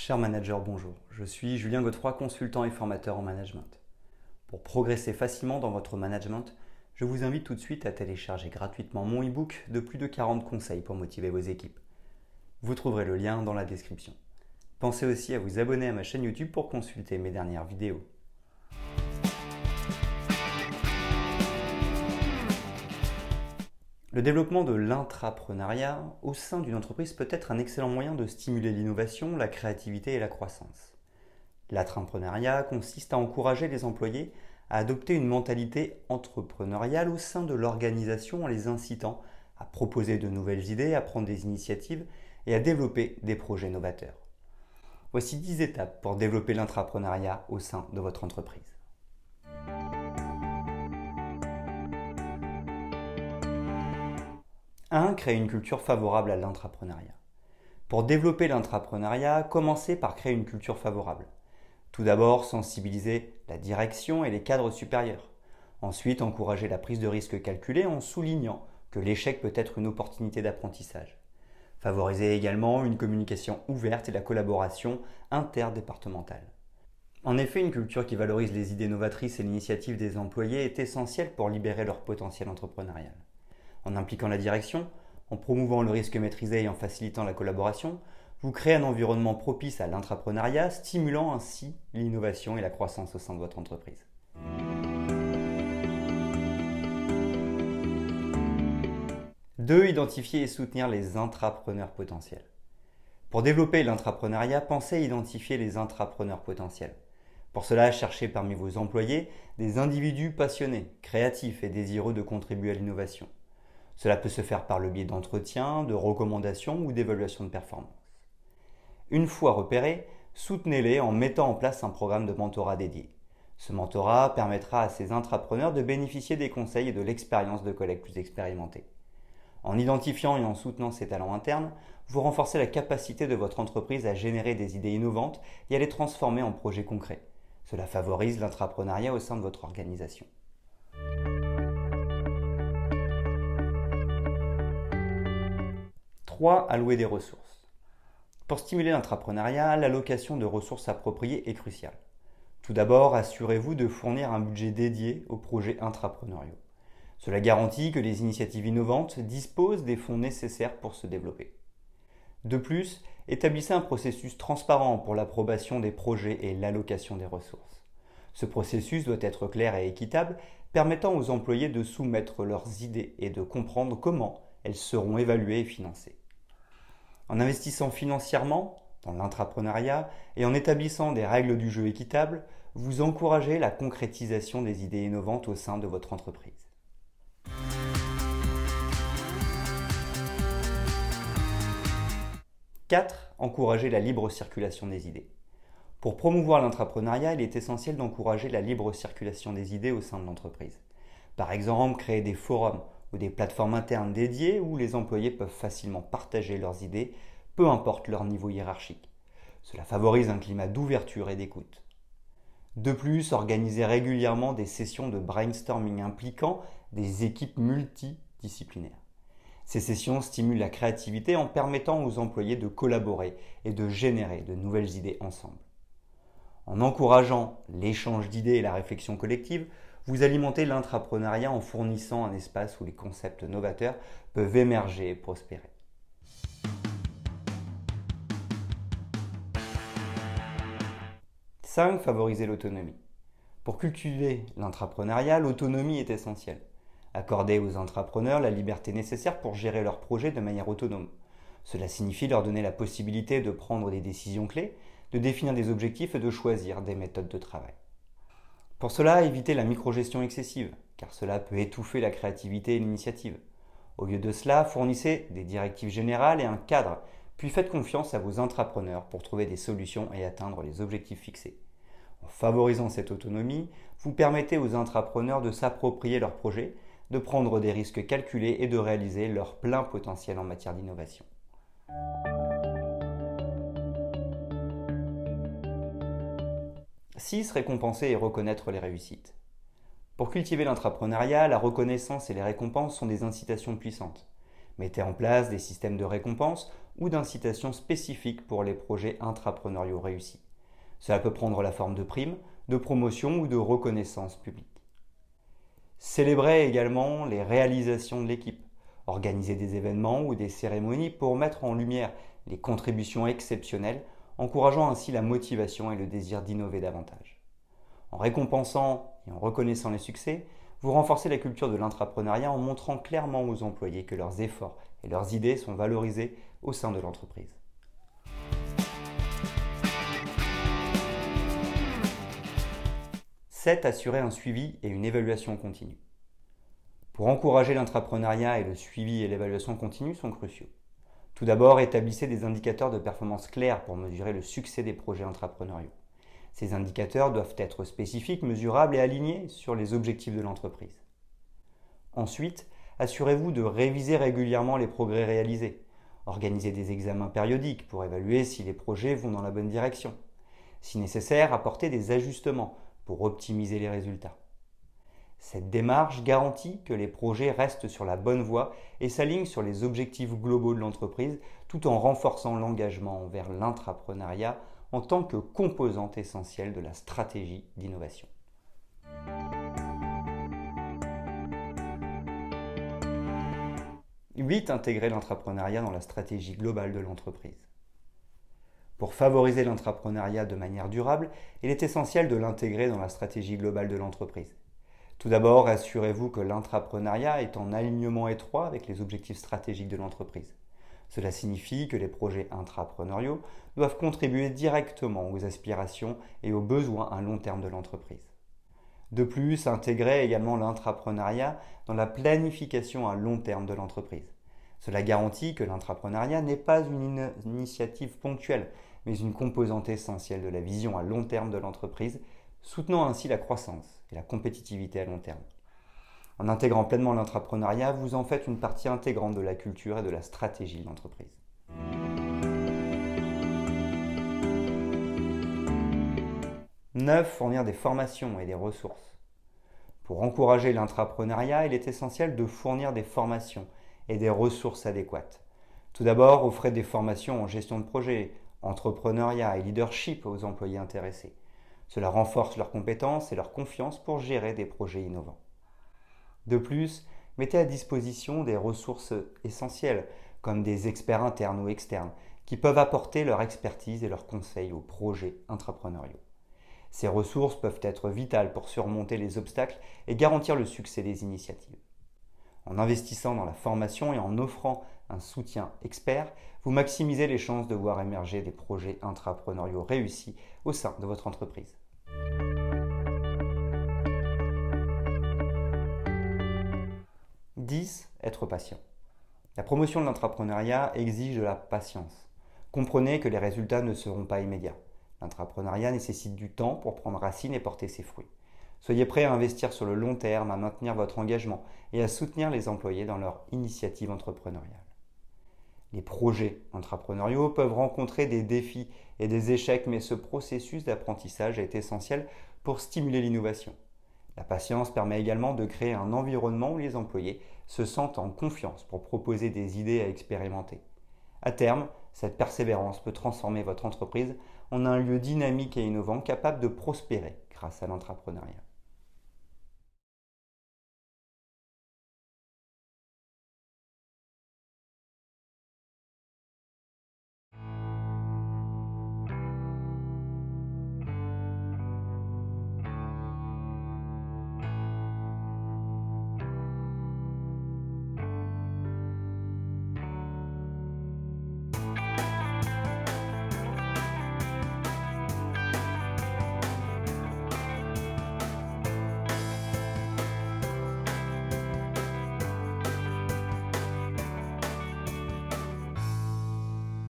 Cher manager, bonjour. Je suis Julien Godefroy, consultant et formateur en management. Pour progresser facilement dans votre management, je vous invite tout de suite à télécharger gratuitement mon e-book de plus de 40 conseils pour motiver vos équipes. Vous trouverez le lien dans la description. Pensez aussi à vous abonner à ma chaîne YouTube pour consulter mes dernières vidéos. Le développement de l'intrapreneuriat au sein d'une entreprise peut être un excellent moyen de stimuler l'innovation, la créativité et la croissance. L'intrapreneuriat consiste à encourager les employés à adopter une mentalité entrepreneuriale au sein de l'organisation en les incitant à proposer de nouvelles idées, à prendre des initiatives et à développer des projets novateurs. Voici 10 étapes pour développer l'intrapreneuriat au sein de votre entreprise. 1. Créer une culture favorable à l'intrapreneuriat. Pour développer l'intrapreneuriat, commencez par créer une culture favorable. Tout d'abord, sensibiliser la direction et les cadres supérieurs. Ensuite, encourager la prise de risque calculée en soulignant que l'échec peut être une opportunité d'apprentissage. Favorisez également une communication ouverte et la collaboration interdépartementale. En effet, une culture qui valorise les idées novatrices et l'initiative des employés est essentielle pour libérer leur potentiel entrepreneurial. En impliquant la direction, en promouvant le risque maîtrisé et en facilitant la collaboration, vous créez un environnement propice à l'intrapreneuriat, stimulant ainsi l'innovation et la croissance au sein de votre entreprise. 2. Identifier et soutenir les intrapreneurs potentiels. Pour développer l'intrapreneuriat, pensez à identifier les intrapreneurs potentiels. Pour cela, cherchez parmi vos employés des individus passionnés, créatifs et désireux de contribuer à l'innovation. Cela peut se faire par le biais d'entretiens, de recommandations ou d'évaluations de performance. Une fois repérés, soutenez-les en mettant en place un programme de mentorat dédié. Ce mentorat permettra à ces intrapreneurs de bénéficier des conseils et de l'expérience de collègues plus expérimentés. En identifiant et en soutenant ces talents internes, vous renforcez la capacité de votre entreprise à générer des idées innovantes et à les transformer en projets concrets. Cela favorise l'intrapreneuriat au sein de votre organisation. 3. Allouer des ressources. Pour stimuler l'entrepreneuriat, l'allocation de ressources appropriées est cruciale. Tout d'abord, assurez-vous de fournir un budget dédié aux projets intrapreneuriaux. Cela garantit que les initiatives innovantes disposent des fonds nécessaires pour se développer. De plus, établissez un processus transparent pour l'approbation des projets et l'allocation des ressources. Ce processus doit être clair et équitable, permettant aux employés de soumettre leurs idées et de comprendre comment elles seront évaluées et financées. En investissant financièrement dans l'intrapreneuriat et en établissant des règles du jeu équitables, vous encouragez la concrétisation des idées innovantes au sein de votre entreprise. 4. Encourager la libre circulation des idées. Pour promouvoir l'intrapreneuriat, il est essentiel d'encourager la libre circulation des idées au sein de l'entreprise. Par exemple, créer des forums ou des plateformes internes dédiées où les employés peuvent facilement partager leurs idées, peu importe leur niveau hiérarchique. Cela favorise un climat d'ouverture et d'écoute. De plus, organisez régulièrement des sessions de brainstorming impliquant des équipes multidisciplinaires. Ces sessions stimulent la créativité en permettant aux employés de collaborer et de générer de nouvelles idées ensemble. En encourageant l'échange d'idées et la réflexion collective, vous alimentez l'intrapreneuriat en fournissant un espace où les concepts novateurs peuvent émerger et prospérer. 5. Favoriser l'autonomie. Pour cultiver l'intrapreneuriat, l'autonomie est essentielle. Accordez aux intrapreneurs la liberté nécessaire pour gérer leurs projets de manière autonome. Cela signifie leur donner la possibilité de prendre des décisions clés, de définir des objectifs et de choisir des méthodes de travail. Pour cela, évitez la microgestion excessive, car cela peut étouffer la créativité et l'initiative. Au lieu de cela, fournissez des directives générales et un cadre, puis faites confiance à vos intrapreneurs pour trouver des solutions et atteindre les objectifs fixés. En favorisant cette autonomie, vous permettez aux intrapreneurs de s'approprier leurs projets, de prendre des risques calculés et de réaliser leur plein potentiel en matière d'innovation. 6. Récompenser et reconnaître les réussites. Pour cultiver l'intrapreneuriat, la reconnaissance et les récompenses sont des incitations puissantes. Mettez en place des systèmes de récompense ou d'incitations spécifiques pour les projets intrapreneuriaux réussis. Cela peut prendre la forme de primes, de promotions ou de reconnaissance publique. Célébrez également les réalisations de l'équipe. Organisez des événements ou des cérémonies pour mettre en lumière les contributions exceptionnelles, encourageant ainsi la motivation et le désir d'innover davantage. En récompensant et en reconnaissant les succès, vous renforcez la culture de l'intrapreneuriat en montrant clairement aux employés que leurs efforts et leurs idées sont valorisés au sein de l'entreprise. 7. Assurer un suivi et une évaluation continue. Pour encourager l'intrapreneuriat, et le suivi et l'évaluation continue sont cruciaux. Tout d'abord, établissez des indicateurs de performance clairs pour mesurer le succès des projets intrapreneuriaux. Ces indicateurs doivent être spécifiques, mesurables et alignés sur les objectifs de l'entreprise. Ensuite, assurez-vous de réviser régulièrement les progrès réalisés. Organisez des examens périodiques pour évaluer si les projets vont dans la bonne direction. Si nécessaire, apportez des ajustements pour optimiser les résultats. Cette démarche garantit que les projets restent sur la bonne voie et s'alignent sur les objectifs globaux de l'entreprise tout en renforçant l'engagement envers l'intrapreneuriat en tant que composante essentielle de la stratégie d'innovation. 8. Intégrer l'intrapreneuriat dans la stratégie globale de l'entreprise. Pour favoriser l'intrapreneuriat de manière durable, il est essentiel de l'intégrer dans la stratégie globale de l'entreprise. Tout d'abord, assurez-vous que l'intrapreneuriat est en alignement étroit avec les objectifs stratégiques de l'entreprise. Cela signifie que les projets intrapreneuriaux doivent contribuer directement aux aspirations et aux besoins à long terme de l'entreprise. De plus, intégrez également l'intrapreneuriat dans la planification à long terme de l'entreprise. Cela garantit que l'intrapreneuriat n'est pas une initiative ponctuelle, mais une composante essentielle de la vision à long terme de l'entreprise, soutenant ainsi la croissance et la compétitivité à long terme. En intégrant pleinement l'intrapreneuriat, vous en faites une partie intégrante de la culture et de la stratégie de l'entreprise. 9. Fournir des formations et des ressources. Pour encourager l'intrapreneuriat, il est essentiel de fournir des formations et des ressources adéquates. Tout d'abord, offrez des formations en gestion de projet, entrepreneuriat et leadership aux employés intéressés. Cela renforce leurs compétences et leur confiance pour gérer des projets innovants. De plus, mettez à disposition des ressources essentielles, comme des experts internes ou externes, qui peuvent apporter leur expertise et leurs conseils aux projets intrapreneuriaux. Ces ressources peuvent être vitales pour surmonter les obstacles et garantir le succès des initiatives. En investissant dans la formation et en offrant un soutien expert, vous maximisez les chances de voir émerger des projets intrapreneuriaux réussis au sein de votre entreprise. 10. Être patient. La promotion de l'entrepreneuriat exige de la patience. Comprenez que les résultats ne seront pas immédiats. L'entrepreneuriat nécessite du temps pour prendre racine et porter ses fruits. Soyez prêts à investir sur le long terme, à maintenir votre engagement et à soutenir les employés dans leur initiative entrepreneuriale. Les projets entrepreneuriaux peuvent rencontrer des défis et des échecs, mais ce processus d'apprentissage est essentiel pour stimuler l'innovation. La patience permet également de créer un environnement où les employés se sentent en confiance pour proposer des idées à expérimenter. À terme, cette persévérance peut transformer votre entreprise en un lieu dynamique et innovant capable de prospérer grâce à l'entrepreneuriat.